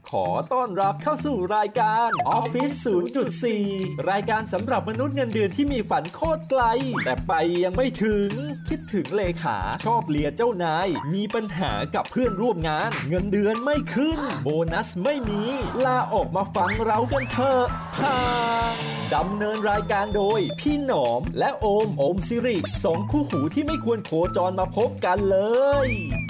ขอต้อนรับเข้าสู่รายการ Office 0.4 รายการสำหรับมนุษย์เงินเดือนที่มีฝันโคตรไกลแต่ไปยังไม่ถึงคิดถึงเลขาชอบเลียเจ้านายมีปัญหากับเพื่อนร่วมงานเงินเดือนไม่ขึ้นโบนัสไม่มีลาออกมาฟังเรากันเถอะค่ะดำเนินรายการโดยพี่หนอมและโอมสิริสองคู่หูที่ไม่ควรโคจรมาพบกันเลย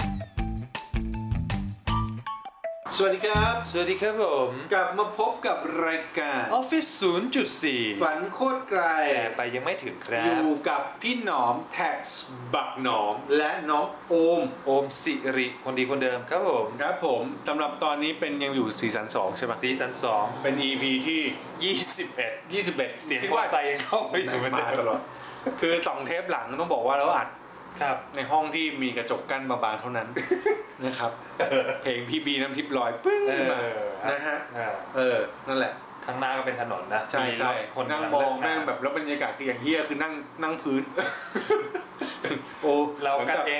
สวัสดีครับสวัสดีครับผมกลับมาพบกับรายการ Office 0.4 ฝันโคตรไกลแต่ไปยังไม่ถึงครับอยู่กับพี่หนอมแท็กซ์บักหนอมและน้องโอมสิริคนดีคนเดิมครับผมครับผมสำหรับตอนนี้เป็นยังอยู่ซีซั่น2ใช่ไหมซีซั่น2 เป็น EP ที่21 เสียงมอไซค์เข้าไปอยู่มาตลอดคือ2เทปหลังต้องบอกว่าเราอัดในห้องที่มีกระจกกั้นบางๆเท่านั้นนะครับเพลงพี่บีน้ำทิพย์ลอยปึ้งมานะฮะนั่นแหละข้างหน้าก็เป็นถนนนะใช่ๆคนนั่งมองแม่งแบบแล้วบรรยากาศคืออย่างเหี้ยคือนั่งพื้นโอ้เรากันเอง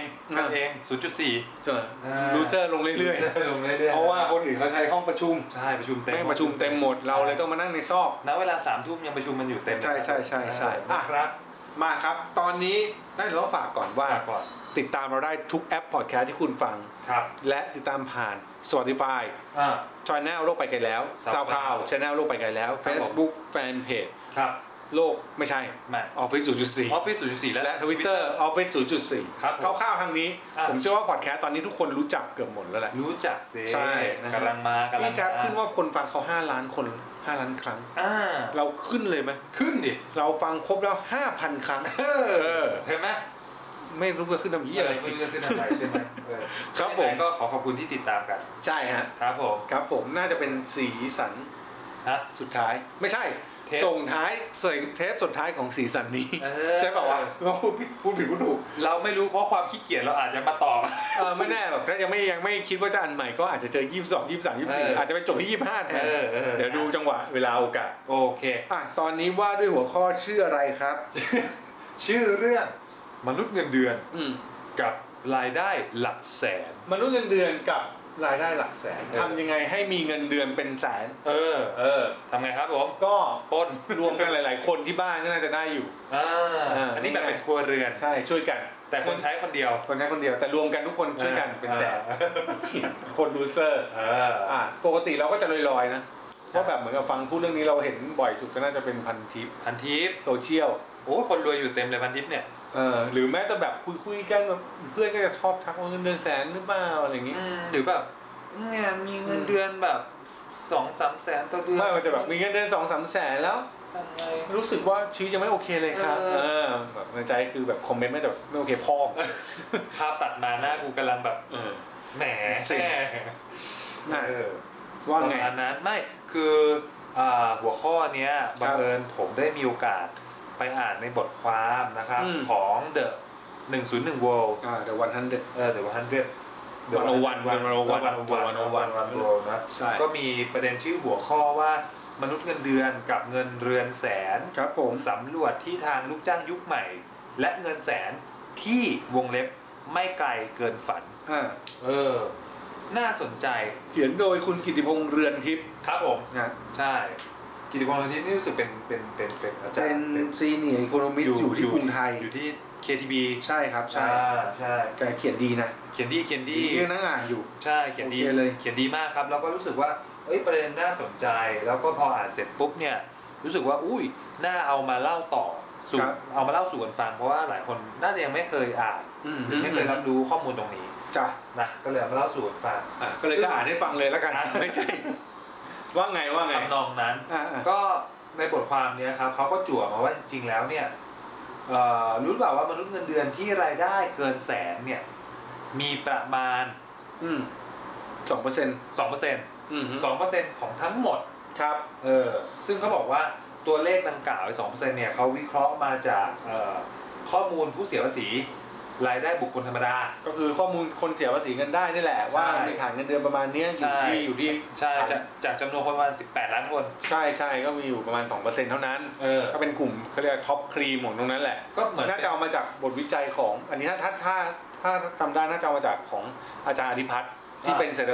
0.4 ลูเซอร์ลงเรื่อยๆเพราะว่าคนอื่นเขาใช้ห้องประชุมใช่ประชุมเต็มแม่งประชุมเต็มหมดเราเลยต้องมานั่งในซอกณเวลา 3 ทุ่มยังประชุมมันอยู่เต็มใช่ครับมาครับตอนนี้ได้เราฝากก่อนว่าติดตามเราได้ทุกแอปพอดแคสต์ที่คุณฟังและติดตามผ่าน Spotify Channel โลกไปไกลแล้ว SoundCloud Channel โลกไปไกลแล้ว Facebook Fanpage โลกไม่ใช่ Office 0.4 Office 0.4 และ Twitter Office 0.4 คร่าวๆทางนี้ผมเชื่อว่าพอดแคสต์ตอนนี้ทุกคนรู้จักเกือบหมดแล้วแหละรู้จักสิใช่กำลังมานี่ครับขึ้นว่าคนฟังเขา5 ล้านคน5 ล้านครั้งเราขึ้นเลยไหมขึ้นดิเราฟังครบแล้ว 5,000 ครั้งเห็นไหมไม่รู้จะขึ้นทำยี่อะไรไม่รู้จะขึ้นอะไรใช่ไหมครับผมก็ขอบคุณที่ติดตามกันใช่ฮะครับผมน่าจะเป็นสีสันสุดท้ายไม่ใช่ส่งท้ายเทปสุดท้ายของสีสันนี้ใช่ป่าววะเราพูดผิดพูดถูกเราไม่รู้เพราะความขี้เกียจเราอาจจะมาต่อไม่แน่แบบถ้ายังไม่คิดว่าจะอันใหม่ก็อาจจะเจอ22 23 24อาจจะไปจบที่25แทนเดี๋ยวดูจังหวะเวลาโอกาสโอเคตอนนี้ว่าด้วยหัวข้อชื่ออะไรครับชื่อเรื่องมนุษย์เงินเดือนกับรายได้หลักแสนมนุษย์เงินเดือนกับรายได้หลักแสนทำยังไงให้มีเงินเดือนเป็นแสนทำไงครับผมก็ปล้นรวมกันหลายๆคนที่บ้านก็น่าจะได้อยู่อันนี้แบบเป็นครัวเรือนใช่ช่วยกันแต่คนใช้คนเดียวแต่รวมกันทุกคนช่วยกันเป็นแสนคนลูเซอร์ปกติเราก็จะลอยๆนะเพราะแบบเหมือนกับฟังพูดเรื่องนี้เราเห็นบ่อยสุดก็น่าจะเป็นพันทิปโซเชียลโอ้คนรวยอยู่เต็มเลยพันทิปเนี่ยหรือแม้แต่แบบคุยกันแบบเพื่อนก็จะชอบทักว่าเงินเดือนแสนหรือเปล่าอะไรอย่างงี้หรือแบบเนี่ยมีเงินเดือนแบบ 2-3 แสนต่อเดือนมันจะแบบมีเงินเดือน 2-3 แสนแล้วรู้สึกว่าชีวิตจะไม่โอเคเลยครับแบบในใจคือแบบคอมเมนต์ไม่โอเคพ่อภาพตัดมาหน้ากูกำลังแบบแหมว่าไงนั้นไม่คือหัวข้อเนี้ยบังเอิญผมได้มีโอกาสไปอ่านในบทความนะครับของ The 101 World The 100 The 100 101 World นะก็มีประเด็นชื่อหัวข้อว่ามนุษย์เงินเดือนกับเงินเรือนแสนสำรวจที่ทางลูกจ้างยุคใหม่และเงินแสนที่วงเล็บไม่ไกลเกินฝันน่าสนใจเขียนโดยคุณกิติพงษ์เรือนทิพย์ครับผมใช่กิติพงษ์เรือนทิพย์นี่รู้สึกเป็นอาจารย์เป็นซีเนียร์อีโคโนมิสต์อยู่ที่กรุงไทยอยู่ที่ KTB ใช่ครับใช่แกเขียนดีนะเขียนดีที่นั่งอ่านอยู่ใช่เขียนดีเลยเขียนดีมากครับแล้วก็รู้สึกว่าประเด็นน่าสนใจแล้วก็พออ่านเสร็จปุ๊บเนี่ยรู้สึกว่าอุ้ยน่าเอามาเล่าต่อเอามาเล่าสู่กันฟังเพราะว่าหลายคนน่าจะยังไม่เคยอ่านไม่เคยรับรู้ข้อมูลตรงนี้นะก็เลยมาเล่าสู่กันฟังก็เลยจะอ่านให้ฟังเลยแล้วกันไม่ใช่ว่าไงทำนองนั้นก็ในบทความนี้ครับเขาก็จั่วมาว่าจริงๆแล้วเนี่ยรู้เปล่าว่ามนุษย์เงินเดือนที่รายได้เกินแสนเนี่ยมีประมาณ2% ของทั้งหมดครับซึ่งเขาบอกว่าตัวเลขดังกล่าว 2% เนี่ยเขาวิเคราะห์มาจากข้อมูลผู้เสียภาษีรายได้บุคคลธรรมดาก็คือข้อมูลคนเสียภาษีเงินได้นี่แหละว่ามีฐานเงินเดือนประมาณนี้อยู่ที่ใช่จากจำนวนคนประมาณ18 ล้านคนใช่ก็มีอยู่ประมาณ 2% เท่านั้นก็เป็นกลุ่มเขาเรียกท็อปครีมของตรงนั้นแหละก็เหมือนน่าจะเอามาจากบทวิจัยของอันนี้ถ้าจำได้น่าจะเอามาจากของอาจารย์อธิพัฒน์ที่เป็นเศรษฐศาสตร์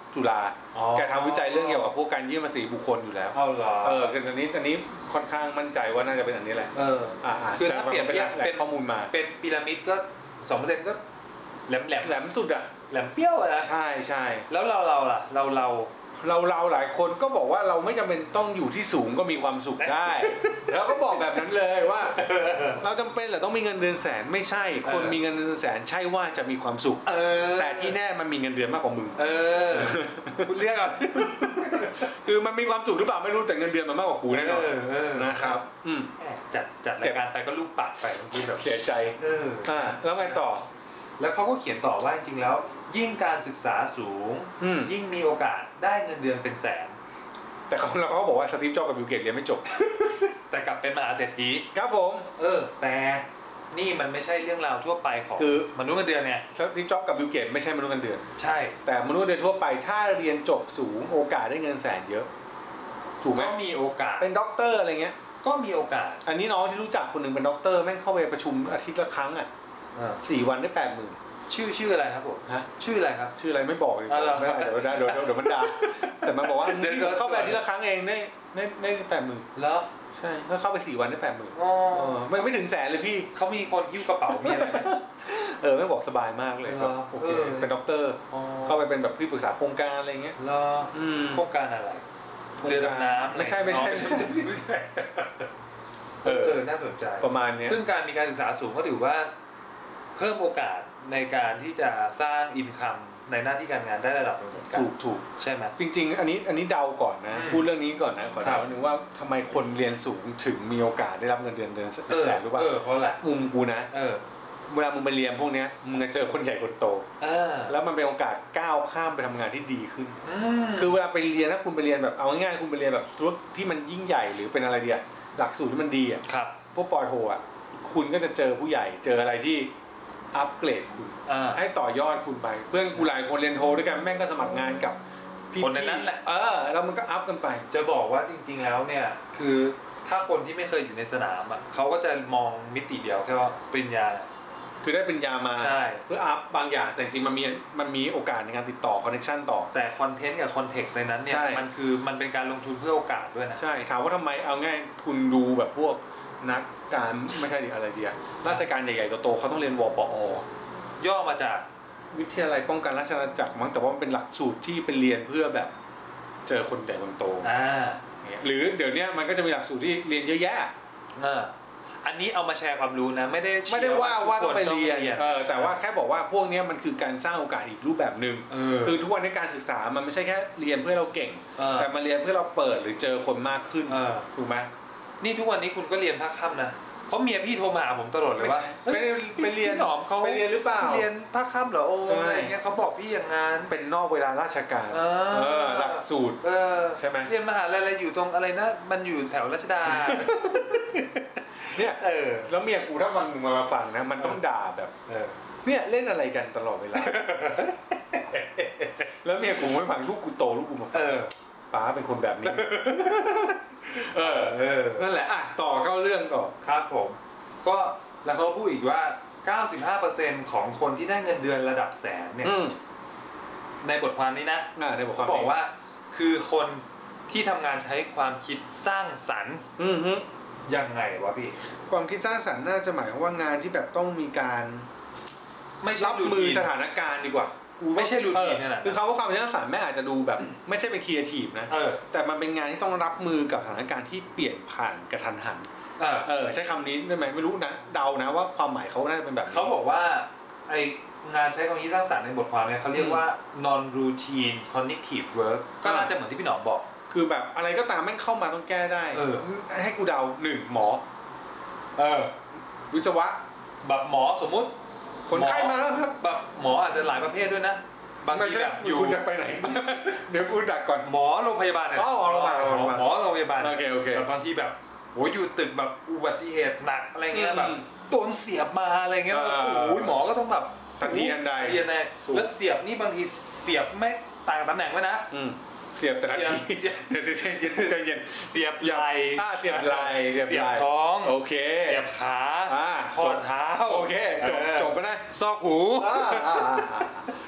จุฬาแกทำวิจัยเรื่องเกี่ยวกับพวกการยื่นภาษีบุคคลอยู่แล้วเหรอคืออันนี้ค่อนข้างมั่นใจว่าน่าจะเป็นอันนี้แหละคือถ้าเปรียบเทียบเป็นข้อมูลมาเป็นพีระมิดก็ 2% ก็แหลมสุดอะแหลมเปี้ยวนะใช่แล้วเราล่ะเราหลายคนก็บอกว่าเราไม่จำเป็นต้องอยู่ที่สูงก็มีความสุขได้แล้วก็บอกแบบนั้นเลยว่าเราจำเป็นเหรอต้องมีเงินเดือนแสนไม่ใช่คนมีเงินเดือนแสนใช่ว่าจะมีความสุขแต่ที่แน่มันมีเงินเดือนมากกว่ามึงคุณเรียกอ่ะคือมันมีความสุขหรือเปล่าไม่รู้แต่เงินเดือนมันมากกว่ากูแน่นอนนะครับจัดรายการไปก็ลูกปัดไปคือแบบเสียใจแล้วไงต่อแล้วเขาก็เขียนต่อว่าจริงๆแล้วยิ่งการศึกษาสูงยิ่งมีโอกาสได้เงินเดือนเป็นแสนแต่เขาบอกว่าสตีฟ จ็อบส์กับบิล เกตส์เรียนไม่จบแต่กลับเป็นมหาเศรษฐีครับผมแต่นี่มันไม่ใช่เรื่องราวทั่วไปของมนุษย์เงินเดือนไงสตีฟ จ็อบส์กับบิล เกตส์ไม่ใช่มนุษย์เงินเดือนใช่แต่มนุษย์เงินเดือนทั่วไปถ้าเรียนจบสูงโอกาสได้เงินแสนเยอะถูกไหมก็มีโอกาสเป็นด็อกเตอร์อะไรเงี้ยก็มีโอกาสอันนี้น้องที่รู้จักคนหนึ่งเป็นด็อกเตอร์แม่งเข้าไปประชุมอาทิตย์ละครั้ง4 วันได้ 80,000 ชื่ออะไรครับผมชื่ออะไรครับชื่ออะไรไม่บอกเลยไม่ได้เดี๋ยวมันด่าแต่มันบอกว่าเข้าไปทีละครั้งเองได้80,000 แล้วใช่แล้วเข้าไป4 วันได้ 80,000ไม่ถึงแสนเลยพี่เขามีคนหิ้วกระเป๋ามีอะไรไหมไม่บอกสบายมากเลยโอเคเป็นด็อกเตอร์เข้าไปเป็นแบบที่ปรึกษาโครงการอะไรเงี้ยโครงการอะไรเรือดำน้ำไม่ใช่น่าสนใจประมาณนี้ซึ่งการมีการศึกษาสูงก็ถือว่าเพิ่มโอกาสในการที่จะสร้างอินคัมในหน้าที่การงานได้ระดับหนึ่งเหมือนกันถูกใช่ไหมจริงๆอันนี้เดาก่อนนะพูดเรื่องนี้ก่อนนะขอเดาหนึ่งว่าทำไมคนเรียนสูงถึงมีโอกาสได้รับเงินเดือนแสนรู้ป่ะเพราะอะไรมุมกูนะเวลามึงไปเรียนพวกนี้มึงจะเจอคนใหญ่คนโตแล้วมันเป็นโอกาสก้าวข้ามไปทำงานที่ดีขึ้นคือเวลาไปเรียนถ้าคุณไปเรียนแบบเอาง่ายๆคุณไปเรียนแบบธุรกิจที่มันยิ่งใหญ่หรือเป็นอะไรดีอะหลักสูตรที่มันดีอะพวกปอโทอะคุณก็จะเจอผู้ใหญ่เจออะไรที่อัปเกรดคุณให้ต่อยอดคุณไปเพื่อนกูหลายคนเรียนโทด้วยกันแม่งก็สมัครงานกับพี่คนนั้นแหละแล้วมันก็อัพกันไปจะบอกว่าจริงๆแล้วเนี่ยคือถ้าคนที่ไม่เคยอยู่ในสนามอ่ะเขาก็จะมองมิติเดียวแค่ว่าปริญญาคือได้ปริญญามาเพื่ออัพบางอย่างแต่จริงมันมีโอกาสในการติดต่อคอนเนคชั่นต่อแต่คอนเทนต์กับคอนเท็กซ์ในนั้นเนี่ยมันเป็นการลงทุนเพื่อโอกาสด้วยนะใช่ถามว่าทำไมเอาง่ายคุณดูแบบพวกนักการไม่ใช่ดิอะไรดีอะราชการใหญ่ๆโตๆเขาต้องเรียนวปย่อมาจากวิทยาลัยป้องกันราชอาณาจักรมั้งแต่ว่ามันเป็นหลักสูตรที่เป็นเรียนเพื่อแบบเจอคนใหญ่คนโตหรือเดี๋ยวนี้มันก็จะมีหลักสูตรที่เรียนเยอะแยะอันนี้เอามาแชร์ความรู้นะไม่ได้ว่าต้องไปเรียนแต่ว่าแค่บอกว่าพวกนี้มันคือการสร้างโอกาสอีกรูปแบบนึงคือทุกวันนี้การศึกษามันไม่ใช่แค่เรียนเพื่อเราเก่งแต่มาเรียนเพื่อเราเปิดหรือเจอคนมากขึ้นถูกไหมนี่ทุกวันนี้คุณก็เรียนภาคค่ำนะเพราะเมียพี่โทรมาหาผมตลอดเลยว่าไปเรียนหนอมเขาไปเรียนหรือเปล่าเรียนภาคค่ำเหรอโอ้อะไรเงี้ยเขาบอกพี่อย่างงั้นเป็นนอกเวลาราชการหลักสูตรใช่ไหมเรียนมหาลัยอะไรอยู่ตรงอะไรนะมันอยู่แถวรัชดาเนี่ยแล้วเมียกูถ้ามันมาฟังนะมันต้องด่าแบบเนี่ยเล่นอะไรกันตลอดเวลาแล้วเมียกูไม่ฟังลูกกูโตลูกกูมาฟังป้าเป็นคนแบบนี้นั่นแหละต่อเข้าเรื่องต่อครับผมก็แล้วเขาพูดอีกว่า 95% ของคนที่ได้เงินเดือนระดับแสนเนี่ยในบทความนี้นะในบทความบอกว่าคือคนที่ทำงานใช้ความคิดสร้างสรรค์ยังไงวะพี่ความคิดสร้างสรรค์น่าจะหมายความว่างานที่แบบต้องมีการรับมือสถานการณ์ดีกว่าไม่ใช่รูทีนนี่แหละคือเขาว่าความสร้างสรรค์แม่อาจจะดูแบบไม่ใช่เป็นครีเอทีฟนะแต่มันเป็นงานที่ต้องรับมือกับสถานการณ์ที่เปลี่ยนผ่านกระทันหันใช้คำนี้ได้ไหมไม่รู้นะเดานะว่าความหมายเขาน่าจะเป็นแบบเขาบอกว่าไองานใช้ความคิดสร้างสรรค์ในบทความเนี่ยเขาเรียกว่า non routine cognitive work ก็น่าจะเหมือนที่พี่หนอมบอกคือแบบอะไรก็ตามแม่งเข้ามาต้องแก้ได้ให้กูเดา1หมอวิศวะแบบหมอสมมุติคนไข้มาแล้วครับแบบหมออาจจะหลายประเภทด้วยนะบางทีแบบอยู่คุณจะไปไหนเดี๋ยวกูดักก่อนหมอโรงพยาบาลเนี่ยหมอโรงพยาบาลหมอโรงพยาบาลโอเคบางทีแบบโหอยู่ตึกแบบอุบัติเหตุหนักอะไรเงี้ยแบบโดนเสียบมาอะไรเงี้ยโอ้โหหมอก็ต้องแบบทันทีทันใดแล้วเสียบนี่บางทีเสียบไม่ต่างตำแหน่งไว้นะเสียบแต่ละทีเสียบไหล่เสียบไหล่เสียบท้องโอเคเสียบขาข้อเท้าโอเคจบไปนะซอกหู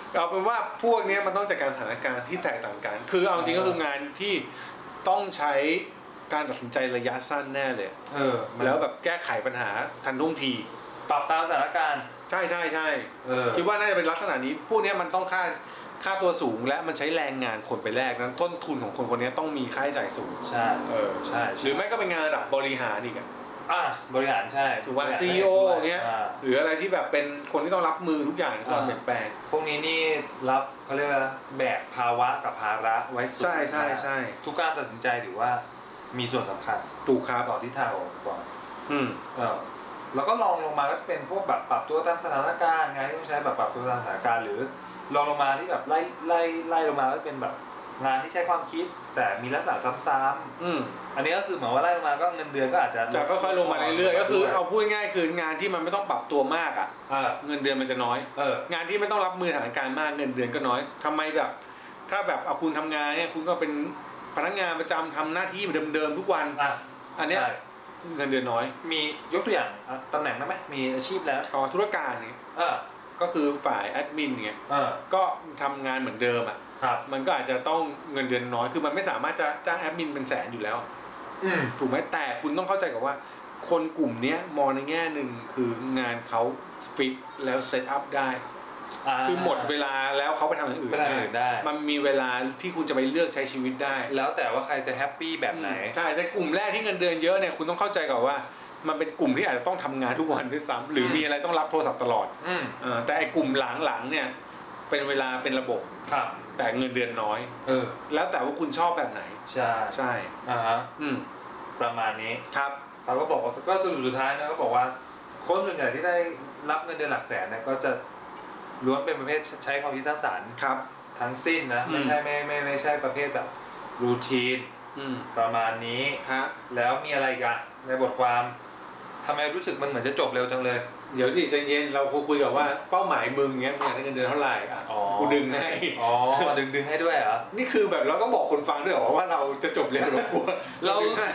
เอาเป็นว่าพวกนี้มันต้องจัดการสถานการณ์ที่แตกต่างกันคือเอาจริงก็คืองานที่ต้องใช้การตัดสินใจระยะสั้นแน่เลยแล้วแบบแก้ไขปัญหาทันท่วงทีปรับตามสถานการณ์ใช่ใช่ใช่คิดว่าน่าจะเป็นลักษณะนี้พวกนี้มันต้องค่าตัวสูงและมันใช้แรงงานคนไปแลกนั้นต้นทุนของคนนี้ต้องมีค่าใช้จ่ายสูงใช่ใช่หรือไม่ก็เป็นงานระดับบริหารอีกบริหารใช่ถือว่า CEO เงี้ยหรืออะไรที่แบบเป็นคนที่ต้องรับมือทุกอย่างความเปลี่ยนแปลงพวกนี้นี่รับเขาเรียกว่าแบกภาวะกับภาระไว้สูงใช่ใช่ใช่ทุกการตัดสินใจถือว่ามีส่วนสำคัญถูกครับต่อที่ทางออกก่อนแล้วก็ลองลงมาก็จะเป็นพวกแบบปรับตัวตามสถานการณ์ไงที่ต้องใช้แบบปรับตัวตามสถานการณ์หรือลองลงมาที่แบบไล่ลงมาก็เป็นแบบงานที่ใช้ความคิดแต่มีลักษณะซ้ำๆอันนี้ก็คือเหมือนว่าไล่ลงมาก็เงินเดือนก็อาจจะค่อยๆลงมาเรื่อยๆก็คือเอาพูดง่ายๆคืองานที่มันไม่ต้องปรับตัวมากเงินเดือนมันจะน้อยงานที่ไม่ต้องรับมือสถานการณ์มากเงินเดือนก็น้อยทำไมแบบถ้าแบบเอาคุณทำงานเนี่ยคุณก็เป็นพนักงานประจำทำหน้าที่เดิมๆทุกวันอันนี้เงินเดือนน้อยมียกตัวอย่างตำแหน่งได้ไหมมีอาชีพแล้วธุรการนี่ก็คือฝ่ายแอดมินเนี่ยก็ทำงานเหมือนเดิมมันก็อาจจะต้องเงินเดือนน้อยคือมันไม่สามารถจะจ้างแอดมินเป็นแสนอยู่แล้วถูกไหมแต่คุณต้องเข้าใจกับว่าคนกลุ่มนี้มองในแง่หนึ่งคืองานเขาฟิกแล้วเซตอัพได้คือหมดเวลาแล้วเขาไปทำอย่างอื่นได้มันมีเวลาที่คุณจะไปเลือกใช้ชีวิตได้แล้วแต่ว่าใครจะแฮปปี้แบบไหนใช่แต่กลุ่มแรกที่เงินเดือนเยอะเนี่ยคุณต้องเข้าใจก่อนว่ามันเป็นกลุ่มที่อาจจะต้องทำงานทุกวันด้วยซ้ำหรือมีอะไรต้องรับโทรศัพท์ตลอดแต่ไอ้กลุ่มหลังๆเนี่ยเป็นเวลาเป็นระบบแต่เงินเดือนน้อยแล้วแต่ว่าคุณชอบแบบไหนใช่ใช่ประมาณนี้ครับเขาก็บอกว่าก็สรุปสุดท้ายนะก็บอกว่าคนส่วนใหญ่ที่ได้รับเงินเดือนหลักแสนเนี่ยก็จะล้วนเป็นประเภทใช้ความคิดสร้างสรรค์ทั้งสิ้นนะไม่ใช่ประเภทแบบรูทีนประมาณนี้แล้วมีอะไรกันในบทความทำไมรู้สึกมันเหมือนจะจบเร็วจังเลยเดี๋ยวดิใจเย็นเราคุยกับว่าเป้าหมายมึงเงี้ยมึงอยากได้เงินเดือนเท่าไหร่กูดึงให้ดึงให้ด้วยเหรอนี่คือแบบเราต้องบอกคนฟังด้วยเหรอว่าเราจะจบเร็วหรือกูเรา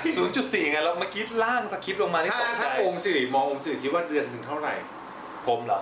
0.4 ไงเราเมื่อกี้ล่างสคริปต์ลงมาถ้าองค์สิริมององค์สิริคิดว่าเดือนนึงเท่าไหร่ผมเหรอ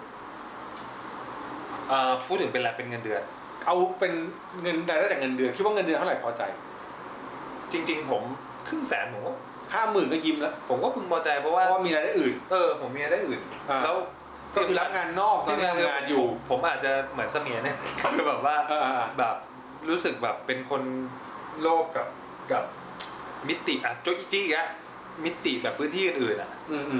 พูดถึงเป็นอะไรเป็นเงินเดือนเอาเป็นเงินได้จากเงินเดือนคิดว่าเงินเดือนเท่าไหร่พอใจจริงๆผมครึ่งแสนผมก็ 50,000ก็ยิ้มแล้วผมก็พึงพอใจเพราะว่ามีรายได้อื่นผมมีรายได้อื่นแล้วก็คือรับงานนอกที่ทำงานอยู่ผมอาจจะเหมือนเสมียนเนี่ยคือแบบว่าแบบรู้สึกแบบเป็นคนโลกกับมิติโจอิจิอ่ะมิติแบบพื้นที่อื่นๆ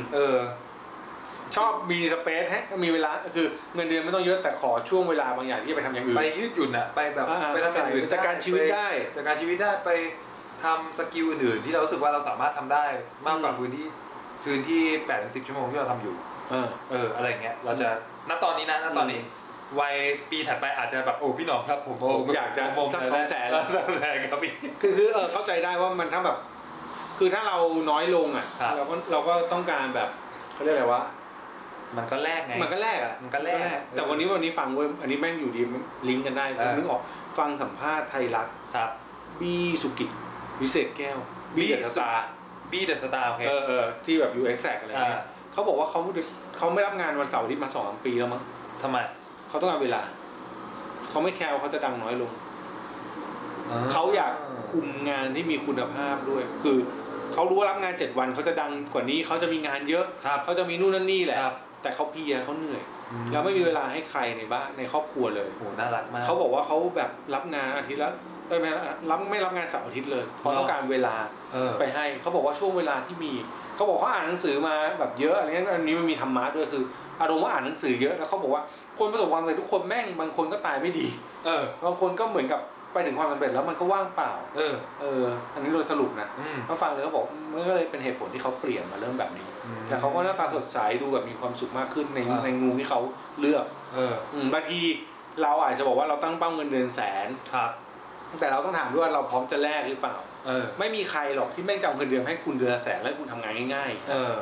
ชอบมีสเปซให้มีเวลาคือเงินเดือนไม่ต้องเยอะแต่ขอช่วงเวลาบางอย่างที่ไปทำอย่างอื่นไปยืดหยุ่นไปแบบไปทำอย่างอื่นจัดการชีวิตได้ไปทำสกิลอื่นๆที่เรารู้สึกว่าเราสามารถทำได้มากกว่าพื้นที่ 8-10 ชั่วโมงที่เราทำอยู่อะไรเงี้ยเราจะณตอนนี้วัยปีถัดไปอาจจะแบบโอ้พี่หนอมครับผมอยากจะสัก 200,000ครับพี่คือเข้าใจได้ว่ามันถ้าแบบคือถ้าเราน้อยลงเราก็ต้องการแบบเขาเรียกอะไรวะมันก็แลกไงมันก็แลกแต่วันนี้ฟังเว้ยอันนี้แม่งอยู่ดีลิงก์กันได้นึกออกฟังสัมภาษณ์ไทยรัฐบี้สุกิจวิเศษแก้วบี้เดอะสตาร์โอเคที่แบบอยู่ Exact อะไรเงี้ยเขาบอกว่าเขาไม่รับงานวันเสาร์อาทิตย์มา 2-3 ปีแล้วมั้งทำไมเขาต้องการเวลาเขาไม่แคร์เขาจะดังน้อยลงเขาอยากคุมงานที่มีคุณภาพด้วยคือเขารู้ว่ารับงาน7วันเขาจะดังกว่านี้เขาจะมีงานเยอะเขาจะมีนู่นนั่นนี่แหละแต่เขาเพลียเขาเหนื่อยแล้วไม่มีเวลาให้ใครในบ้านในครอบครัวเลยโหน่ารักมากเขาบอกว่าเขาแบบรับงานอาทิตย์ละไม่รับงานเสาร์อาทิตย์เลยเพราะต้องการเวลาไปให้เขาบอกว่าช่วงเวลาที่มีเขาบอกเขาอ่านหนังสือมาแบบเยอะอะไรเงี้ยอันนี้มันมีธรรมะด้วยคืออารมณ์ว่าอ่านหนังสือเยอะแล้วเขาบอกว่าคนประสบความสำเร็จทุกคนแม่งบางคนก็ตายไม่ดีบางคนก็เหมือนกับไปถึงความสำเร็จแล้วมันก็ว่างเปล่าอันนี้โดยสรุปนะเขาฟังเลยเขาบอกมันก็เลยเป็นเหตุผลที่เขาเปลี่ยนมาเริ่มแบบนี้แต่เขาก็หน้าตาสดใสดูแบบมีความสุขมากขึ้นในงูที่เขาเลือกบางทีเราอาจจะบอกว่าเราตั้งเป้าเงินเดือนแสนแต่เราต้องถามด้วยว่าเราพร้อมจะแลกหรือเปล่าไม่มีใครหรอกที่แม่งจะเอาเงินเดือนให้คุณเดือนแสนแล้วคุณทำงานง่าย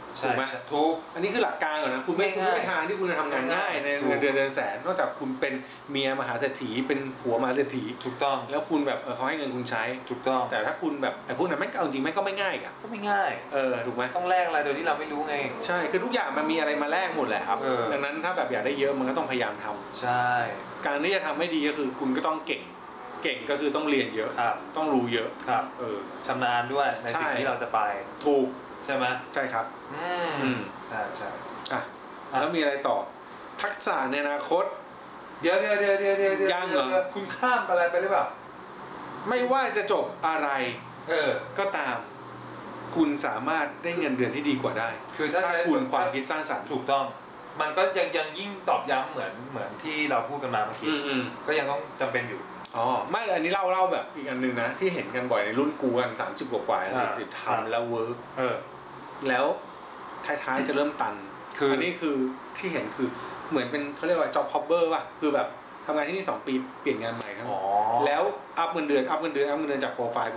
ถูกไหมถูกอันนี้คือหลักการก่อนนะคุณไม่ทางที่คุณจะทำงานง่ายในเงินเดือนแสนนอกจากคุณเป็นเมียมหาเศรษฐีเป็นผัวมหาเศรษฐีถูกต้องแล้วคุณแบบเขาให้เงินคุณใช้ถูกต้องแต่ถ้าคุณแบบไอ้พวกนั้นไม่เอาจริงก็ไม่ง่ายอ่ะก็ไม่ง่ายถูกไหมต้องแลกอะไรโดยที่เราไม่รู้ไงใช่คือทุกอย่างมันมีอะไรมาแลกหมดแหละครับดังนั้นถ้าแบบอยากได้เยอะมันก็ต้องพยายามทำใช่การที่จะทำให้ดีก็คือคุณก็ต้องเก่งก็คือต้องเรียนเยอะต้องรู้เยอะครับชำนาญด้วยในสิ่งที่เราจะไปถูกใช่ไหมใช่ครับใช่ใช่แล้วมีอะไรต่อทักษะในอนาคตเดี๋ยวยังเหรอคุณข้ามอะไรไปหรือเปล่าไม่ว่าจะจบอะไรก็ตามคุณสามารถได้เงินเดือนที่ดีกว่าได้คือถ้าคุณความคิดสร้างสรรค์ถูกต้องมันก็ยังยิ่งตอบย้ำเหมือนที่เราพูดกันมาเมื่อกี้ก็ยังต้องจำเป็นอยู่ไม่อันนี้เล่าแบบอีกอันนึงนะที่เห็นกันบ่อยในรุ่นกูกัน30กว่า40ทำแล้วเวิร์กแล้วท้ายๆจะเริ่มตันอันนี้คือที่เห็นคือเหมือนเป็นเขาเรียกว่า job hopper ป่ะคือแบบทำงานที่นี่2ปีเปลี่ยนงานใหม่ครับแล้วอัพเงินเดือนจากโปรไฟล์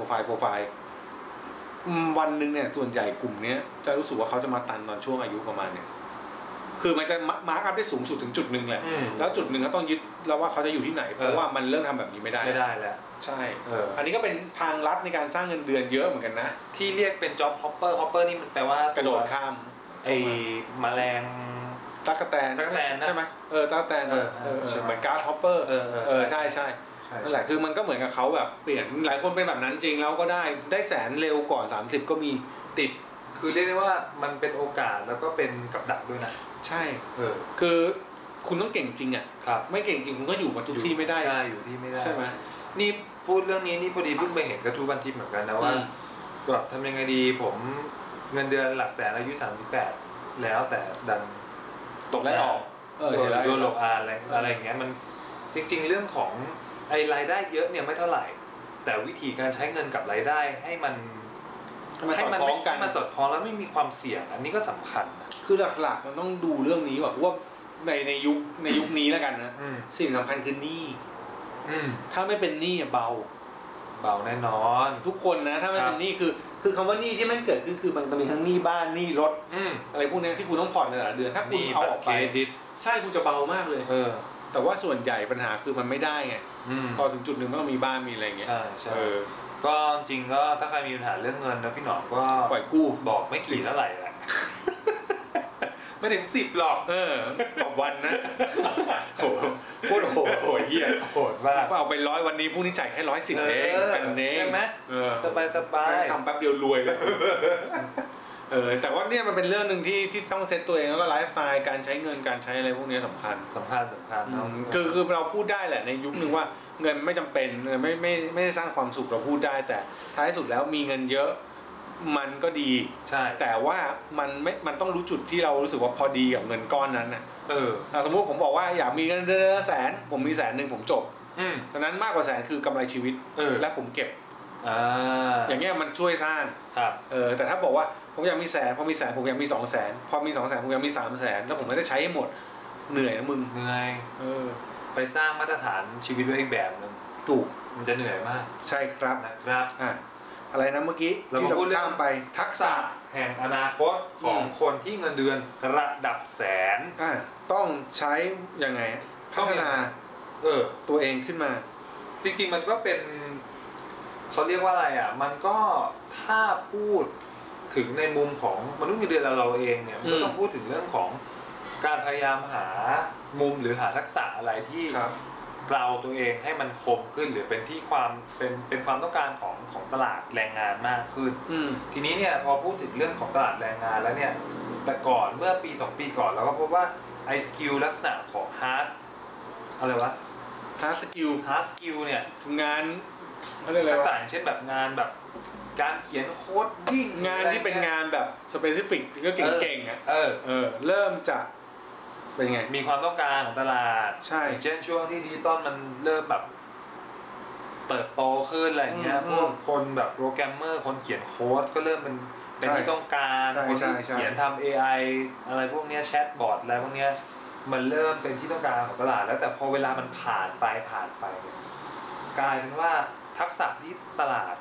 วันนึงเนี่ยส่วนใหญ่กลุ่มนี้จะรู้สึกว่าเขาจะมาตันตอนช่วงอายุประมาณเนี่ยคือมันจะมาร์กอัพได้สูงสุดถึงจุดนึงแหละแล้วจุดนึงก็ต้องยึดแล้วว่าเขาจะอยู่ที่ไหนเพราะว่ามันเริ่มทำแบบนี้ไม่ได้แล้วใช่อันนี้ก็เป็นทางลัดในการสร้างเงินเดือนเยอะเหมือนกันนะที่เรียกเป็น job hopper นี่มันแปลว่ากระโดดข้ามไอ้แมลงตั๊กแตนใช่ไหมตั๊กแตนเหมือนการ์ดฮอปเปอร์ใช่นั่นแหละคือมันก็เหมือนกับเขาแบบเปลี่ยนหลายคนเป็นแบบนั้นจริงแล้วก็ได้แสนเร็วก่อน30ก็มีติดคือเรียกได้ว่ามันเป็นโอกาสแล้วก็เป็นกับดักด้วยนะใช่คือคุณต้องเก่งจริงอ่ะไม่เก่งจริงคุณก็อยู่มาทุกที่ไม่ได้ใช่อยู่ที่ไม่ได้ใช่ไหมนี่พูดเรื่องนี้นี่พอดีเพิ่งไปเห็นกระทู้บันทิปเหมือนกันนะว่าแบบทำยังไงดีผมเงินเดือนหลักแสนอายุ38แล้วแต่ดันตกไล่ออกโดนหลอกอะไรอย่างเงี้ยมันจริงๆเรื่องของไอ้รายได้เยอะเนี่ยไม่เท่าไหร่แต่วิธีการใช้เงินกับรายได้ให้มันสอดคล้องกันมันสอดคล้องแล้วไม่มีความเสี่ยงอันนี้ก็สำคัญนะคือหลักๆมันต้องดูเรื่องนี้ว่าในยุคนี้แล้วกันนะสิ่งสำคัญคือหนี้ถ้าไม่เป็นหนี้เบาแน่นอนทุกคนนะถ้าไม่เป็นหนี้คือคำว่าหนี้ที่มันเกิดขึ้นคือมันจะมีทั้งหนี้บ้านหนี้รถอะไรพวกนี้ที่คุณต้องผ่อนในแต่ละเดือนถ้าคุณเอาออกไปใช่คุณจะเบามากเลยแต่ว่าส่วนใหญ่ปัญหาคือมันไม่ได้ไงพอถึงจุดนึงมันก็มีบ้านมีอะไรอย่างเงี้ยใช่ก็จริงก็ถ้าใครมีปัญหาเรื่องเงินนะพี่หนอมก็ปล่อยกู้บอกไม่กี่เท่าไหร่แหละไม่ถึง10หรอกต่อวันนะโหโคตรโหดเหี้ยโหดมากเอาไป100วันนี้พรุ่งนี้จ่ายแค่110เองเป็นเองใช่ไหมสบายทำแป๊บเดียวรวยเลยแต่ว่าเนี่ยมันเป็นเรื่องนึงที่ต้องเซตตัวเองแล้วก็ไลฟ์สไตล์การใช้เงินการใช้อะไรพวกนี้สำคัญคือเราพูดได้แหละในยุคนึงว่าเงินไม่จำเป็นไม่ได้สร้างความสุขเราพูดได้แต่ท้ายสุดแล้วมีเงินเยอะมันก็ดีใช่แต่ว่ามันต้องรู้จุดที่เรารู้สึกว่าพอดีกับเงินก้อนนั้นนะสมมติผมบอกว่าอยากมีเงินเดือน100,000ผมมี100,000ผมจบดังนั้นมากกว่า100,000คือกำไรชีวิตและผมเก็บอย่างเงี้ยมันช่วยสร้างแต่ถ้าบอกว่าผมอยากมี100,000พอมี100,000ผมอยากมี200,000พอมี200,000ผมอยากมี300,000แล้วผมไม่ได้ใช้ให้หมดเหนื่อยนะมึงเหนื่อยไปสร้างมาตรฐานชีวิตด้วยอีกแบบนึงถูกมันจะเหนื่อยมากใช่ครับนะครับอะไรนะเมื่อกี้ที่เราข้ามไปทักษะแห่งอนาคตของคนที่เงินเดือนระดับแสนต้องใช้ยังไงพัฒนาตัวเองขึ้นมาจริงๆมันก็เป็นเขาเรียกว่าอะไรอ่ะมันก็ถ้าพูดถึงในมุมของมนุษย์เงินเดือนเราเองเนี่ยก็ต้องพูดถึงเรื่องของการพยายามหามุมหรือหาทักษะอะไรที่เราตัวเองให้มันคมขึ้นหรือเป็นที่ความเป็นความต้องการของตลาดแรงงานมากขึ้นทีนี้เนี่ยพอพูดถึงเรื่องของตลาดแรงงานแล้วเนี่ยแต่ก่อนเมื่อปี2ปีก่อนเราก็พบว่าไอ้สกิลลักษณะของฮาร์ดอะไรวะฮาร์ดสกิลเนี่ยงานทักษะอย่างเช่นแบบงานแบบการเขียนโค้ดดิ้งงานที่เป็นงานแบบสเปซิฟิกก็เก่งๆอ่ะเริ่มจะเป็นไงมีความต้องการของตลาดใช่เช่นช่วงที่ดิจิตอลมันเริ่มแบบเติบโตขึ้นอะไรเงี้ยพวกคนแบบโปรแกรมเมอร์คนเขียนโค้ดก็เริ่มเป็นที่ต้องการคนที่เขียนทำ AI อะไรพวกเนี้ยแชทบอทอะไรพวกเนี้ยมันเริ่มเป็นที่ต้องการของตลาดแล้วแต่พอเวลามันผ่านไปกลายเป็นว่าทักษะที่ตลาด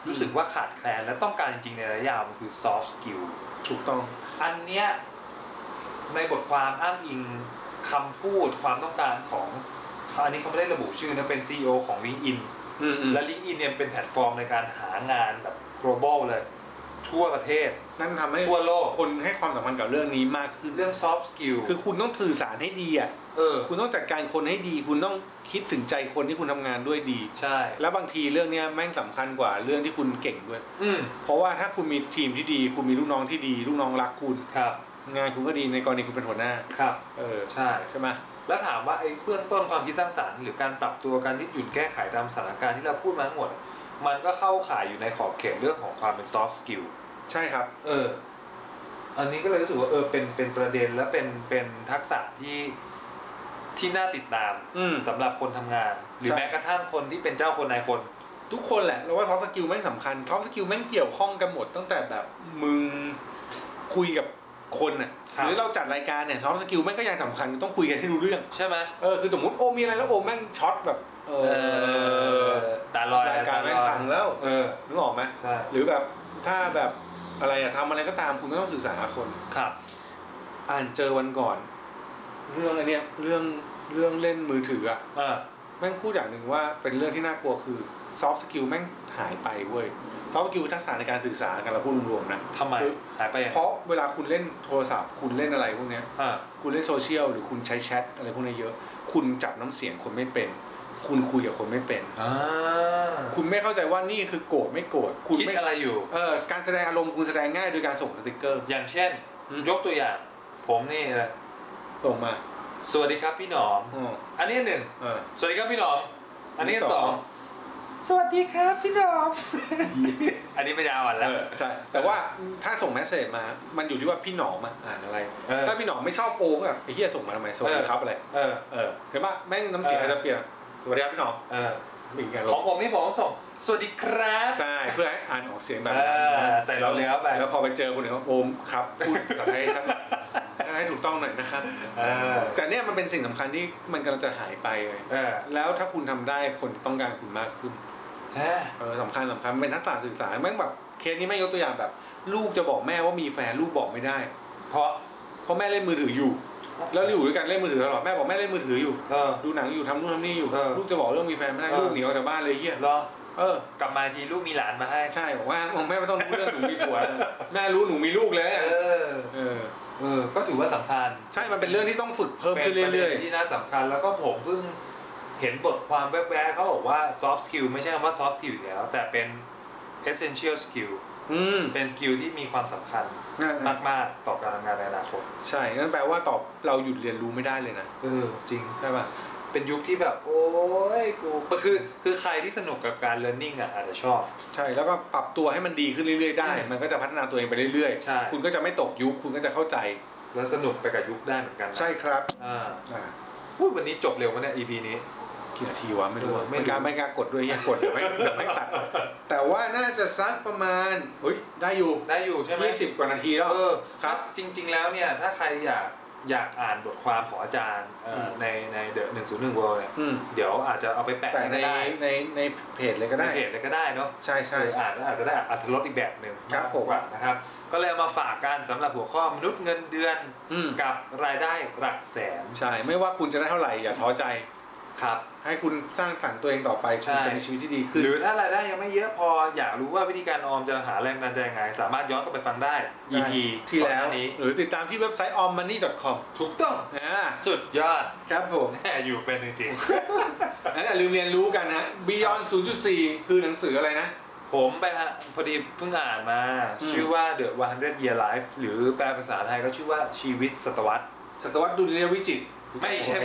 รู้สึกว่าขาดแคลนและต้องการจริงๆในระยะยาวมันคือ soft skill ถูกต้องอันเนี้ยในบทความอ้างอิงคำพูดความต้องการของอันนี้เขาไม่ได้ระบุชื่อนะเป็น CEO ของ LinkedIn และ LinkedIn เนี่ยเป็นแพลตฟอร์มในการหางานแบบ global เลยทั่วประเทศนั่นทำให้ทั่วโลกคนให้ความสำคัญกับเรื่องนี้มากขึ้นเรื่อง soft skill คือคุณต้องสื่อสารให้ดีอ่ะคุณต้องจัดการคนให้ดีคุณต้องคิดถึงใจคนที่คุณทำงานด้วยดีใช่แล้วบางทีเรื่องนี้แม่งสำคัญกว่าเรื่องที่คุณเก่งด้วยเพราะว่าถ้าคุณมีทีมที่ดีคุณมีลูกน้องที่ดีลูกน้องรักคุณครับงานคุณก็ดีในกรณีคุณเป็นหัวหน้าครับใช่ไหมแล้วถามว่าไอ้เบื้องต้นความคิดสร้างสรรค์หรือการปรับตัวการยืดหยุ่นแก้ไขตามสถานการณ์ที่เราพูดมาทั้งหมดมันก็เข้าข่ายอยู่ในขอบเขตเรื่องของความเป็น soft skill ใช่ครับอันนี้ก็เลยรู้สึกว่าเป็นประเด็นและเป็นทักษะที่น่าติดตามสำหรับคนทำงานหรือแม้กระทั่งคนที่เป็นเจ้าคนนายคนทุกคนแหละเราว่า soft skill แม่งสำคัญ soft skill แม่งเกี่ยวข้องกันหมดตั้งแต่แบบมึงคุยกับคนน่ะหรือเราจัดรายการเนี่ย soft skill แม่งก็ยังสำคัญต้องคุยกันให้รู้เรื่องใช่ไหมคือสมมติโอมีอะไรแล้วโอแม่งช็อตแบบตาลอยรายการแม่งพังแล้วนึกออกไหมหรือแบบถ้าแบบอะไรทำอะไรก็ตามคุณก็ต้องสื่อสารกับคนครับอ่านเจอวันก่อนเรื่องอันเนี้ยเรื่องเล่นมือถือแม่งพูดอย่างหนึ่งว่าเป็นเรื่องที่น่ากลัวคือ soft skill แม่งหายไปเว้ย soft skill ทักษะในการสื่อสารกันเราพูดรวมๆนะทำไมหายไปเพราะเวลาคุณเล่นโทรศัพท์คุณเล่นอะไรพวกเนี้ยคุณเล่นโซเชียลหรือคุณใช้แชทอะไรพวกนี้เยอะคุณจับน้ำเสียงคนไม่เป็นคุณคุยกับคนไม่เป็นคุณไม่เข้าใจว่านี่คือโกรธไม่โกรธคุณคิดอะไรอยู่การแสดงอารมณ์คุณแสดงง่ายโดยการส่งสติ๊กเกอร์อย่างเช่นยกตัวอย่างผมนี่เลยส่งมาสวัสดีครับพี่หนอมอันนี้1สวัสดีครับพี่หนอมอันนี้2สวัสดีครับพี่หนอมอันนี้ไม่ยาวอ่ะแล้วใช่แต่ว่าถ้าส่งเมสเสจมามันอยู่ที่ว่าพี่หนอมอ่านอะไรถ้าพี่หนอมไม่ชอบโป้งแบบไอ้เหี้ยส่งมาทำไมสวัสดีครับอะไรเห็นป่ะแม่งน้ำเสียงอาจจะเปลี่ยนสวัสดีครับพี่หนอมของผมนี่ผมส่งสวัสดีครับใช่เพื่อให้อ่านออกเสียงแบบใส่เราเลี้ยวไปแล้วพอไปเจอคนอื่นโอมครับพูดกับให้ชัดให้ถูกต้องหน่อยนะครับแต่เนี่ยมันเป็นสิ่งสำคัญที่มันกำลังจะหายไปเลยแล้วถ้าคุณทำได้คนต้องการคุณมากขึ้นสำคัญเป็นทักษะสื่อสารแม่งแบบเคสนี้ไม่ยกตัวอย่างแบบลูกจะบอกแม่ว่ามีแฟนลูกบอกไม่ได้เพราะแม่เล่นมือถืออยู่แล้วอยู่ด้วยกันเล่นมือถือตลอดแม่บอกแม่เล่นมือถืออยู่ดูหนังอยู่ทำนู่นทำนี่อยู่ลูกจะบอกเรื่องมีแฟนไม่ได้ลูกหนีออกจากบ้านเลยเฮียกลับมาทีลูกมีหลานมาให้ใช่บอกว่าแม่ไม่ต้องรู้เรื่องหนูมีผัวแม่รู้หนูมีลูกเลยก็ถือว่าสำคัญใช่มันเป็นเรื่องที่ต้องฝึกเพิ่มขึ้นเรื่อยๆที่น่าสำคัญแล้วก็ผมเพิ่งเห็นบทความแวบๆเขาบอกว่า soft skill ไม่ใช่คำว่า soft skill แล้วแต่เป็น essential skill เป็นสกิลที่มีความสำคัญมากๆต่อการทำงานในอนาคตใช่งั้นแปลว่าเราหยุดเรียนรู้ไม่ได้เลยนะจริงใช่ป่ะเป็นยุคที่แบบโอ้ยกูคือใครที่สนุกกับการ learning อาจจะชอบใช่แล้วก็ปรับตัวให้มันดีขึ้นเรื่อยๆได้มันก็จะพัฒนาตัวเองไปเรื่อยๆคุณก็จะไม่ตกยุคคุณก็จะเข้าใจแล้วสนุกไปกับยุคได้เหมือนกันใช่ครับวันนี้จบเร็วมั้ยเนี่ย EP นี้กี่นาทีวะไม่รู้ไม่กล้ากดด้วยกดเดี๋ยวไม่ตัดแต่ว่าน่าจะสักประมาณได้อยู่ใช่ไหม 20 กว่านาทีแล้วครับจริงๆแล้วเนี่ยถ้าใครอยากอ่านบทความของอาจารย์ใน The 101 World เนี่ยเดี๋ยวอาจจะเอาไปแปะในเพจเลยก็ได้เนาะใช่ๆอ่านแล้วอาจจะได้อรรถรสอีกแบบนึงครับผมนะครับก็เลยมาฝากกันสำหรับหัวข้อมนุษย์เงินเดือนกับรายได้หลักแสนใช่ไม่ว่าคุณจะได้เท่าไหร่อย่าท้อใจครับให้คุณสร้างสรรค์ตัวเองต่อไปคุณจะมีชีวิตที่ดีขึ้นหรือถ้ารายได้ยังไม่เยอะพออยากรู้ว่าวิธีการออมจะหาแรงบันดาลใจยังไงสามารถย้อนกลับไปฟังได้ EP ที่แล้วนี้หรือติดตามที่เว็บไซต์ ommoney.com ถูกต้องสุดยอดครับผมอยู่เป็นจริงๆนั่นอย่าลืมเรียนรู้กันนะ Beyond 0.4 คือหนังสืออะไรนะผมไปพอดีเพิ่งอ่านมาชื่อว่า The 100 Year Life หรือแปลภาษาไทยก็ชื่อว่าชีวิตศตวรรษดุลยวิจิตรไม่ใช่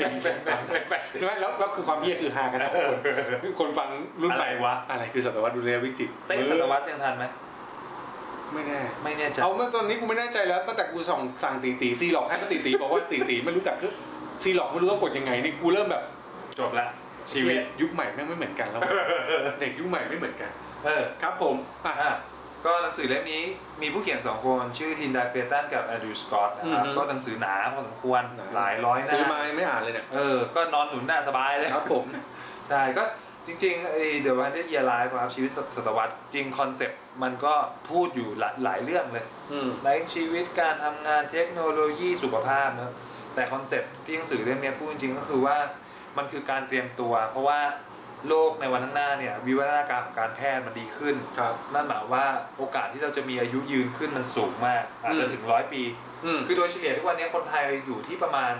แล้วคือความเหี้ยคือฮากันนะคนฟังรุ่นใหม่วะอะไรคือศตวรรษดุลยวิจิตรเต้ศตวรรษยังทันไหมไม่แน่ใจเอาเมื่อตอนนี้กูไม่แน่ใจแล้วตั้งแต่กูสั่งตีซีหลอกให้ตีบอกว่าตีไม่รู้จักคือซีหลอกไม่รู้ต้องกดยังไงนี่กูเริ่มแบบจบละชีวิตยุคใหม่แม่งไม่เหมือนกันแล้วเด็กยุคใหม่ไม่เหมือนกันครับผมก็หนังสือเล่มนี้มีผู้เขียน2คนชื่อลินดาเกรตันกับแอนดรูว์สกอตต์นะครับก็หนังสือหนาพอสมควรหลายร้อยหน้าซื้อมาไม่อ่านเลยเนี่ยก็นอนหนุนหน้าสบายเลยครับผมใช่ก็จริงๆThe 100 Year Life ครับชีวิตศตวรรษจริงคอนเซ็ปต์มันก็พูดอยู่หลายเรื่องเลยในชีวิตการทำงานเทคโนโลยีสุขภาพเนอะแต่คอนเซ็ปต์ที่หนังสือเล่มนี้พูดจริงๆก็คือว่ามันคือการเตรียมตัวเพราะว่าโลกในวันข้างหน้าเนี่ยวิวัฒนาการของการแพทย์มันดีขึ้นนั่นหมายว่าโอกาสที่เราจะมีอายุยืนขึ้นมันสูงมากอาจจะถึง100 ปีคือโดยเฉลี่ยทุกวันนี้คนไทยอยู่ที่ประมาณ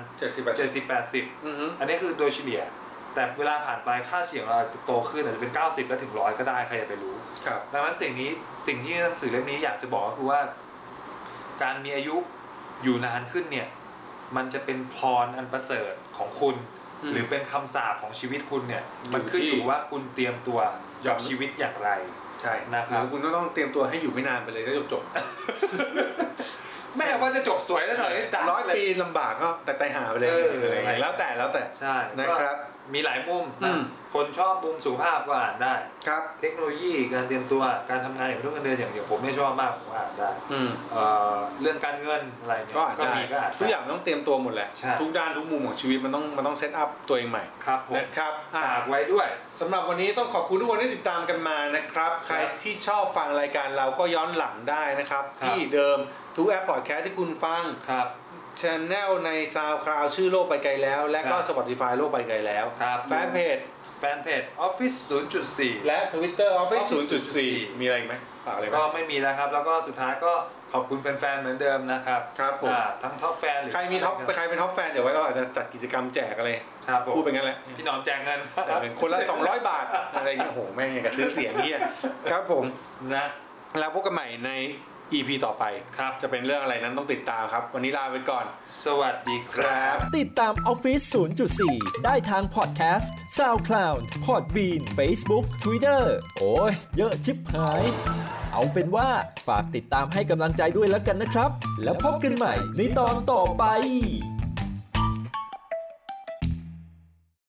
70-80 อันนี้คือโดยเฉลี่ยแต่เวลาผ่านไปค่าเฉลี่ยเราอาจจะโตขึ้นอาจจะเป็น90แล้วถึง100ก็ได้ใครจะไปรู้ดังนั้นสิ่งที่หนังสือเล่มนี้อยากจะบอกก็คือว่าการมีอายุอยู่นานขึ้นเนี่ยมันจะเป็นพรอันประเสริฐของคุณหรือเป็นคำสาปของชีวิตคุณเนี่ยมันขึ้นอยู่ว่าคุณเตรียมตัวกับชีวิตอย่างไรใช่นะครับคุณก็ต้องเตรียมตัวให้อยู่ไม่นานไปเลยก็จบแม่ว่าจะจบสวยแล้วหน่อย 100 ปีลำบากก็แต่ตายหาไปเลยแล้วแต่ใช่นะครับมีหลายมุมคนชอบมุมสุขภาพก็อ่านได้ครับเทคโนโลยีการเตรียมตัวการทำงานอย่างรุ่งเรืองอย่างผมไม่ชอบมากผมอ่านได้เรื่องการเงินอะไรเนี่ยก็มีก็อ่านทุกอย่างต้องเตรียมตัวหมดแหละทุกด้านทุกมุมของชีวิตมันต้องเซตอัพตัวเองใหม่นะครับฝากไว้ด้วยสำหรับวันนี้ต้องขอบคุณทุกคนที่ติดตามกันมานะครับใครที่ชอบฟังรายการเราก็ย้อนหลังได้นะครับที่เดิมทุกแอปพอดแคสต์ที่คุณฟังChannel ใน SoundCloud ชื่อโลกไปไกลแล้วและก็ Spotify โลกไปไกลแล้วแฟนเพจ Office 0.4 และ Twitter Office 0.4 มีอะไรอีกไหมฝากอะไรก็ไม่มีแล้วครับแล้วก็สุดท้ายก็ขอบคุณแฟนๆเหมือนเดิมนะครับครับผมทั้งท็อปแฟนหรือใครเป็นท็อปแฟนเดี๋ยวไว้เราอาจจะจัดกิจกรรมแจกอะไรพูดเป็นงั้นแหละพี่น้องแจกเงินคนละ200 บาทอะไรอย่างเงี้ยโอ้โหแม่งอย่างกับซื้อเสียงเนี่ยครับผมนะแล้วพบกันใหม่ในEP ต่อไปครับจะเป็นเรื่องอะไรนั้นต้องติดตามครับวันนี้ลาไปก่อนสวัสดีครับติดตาม Office 0.4 ได้ทาง Podcast SoundCloud Podbean Facebook Twitter โอ้ยเยอะชิบหายเอาเป็นว่าฝากติดตามให้กำลังใจด้วยแล้วกันนะครับแล้วพบกันใหม่ในตอนต่อไป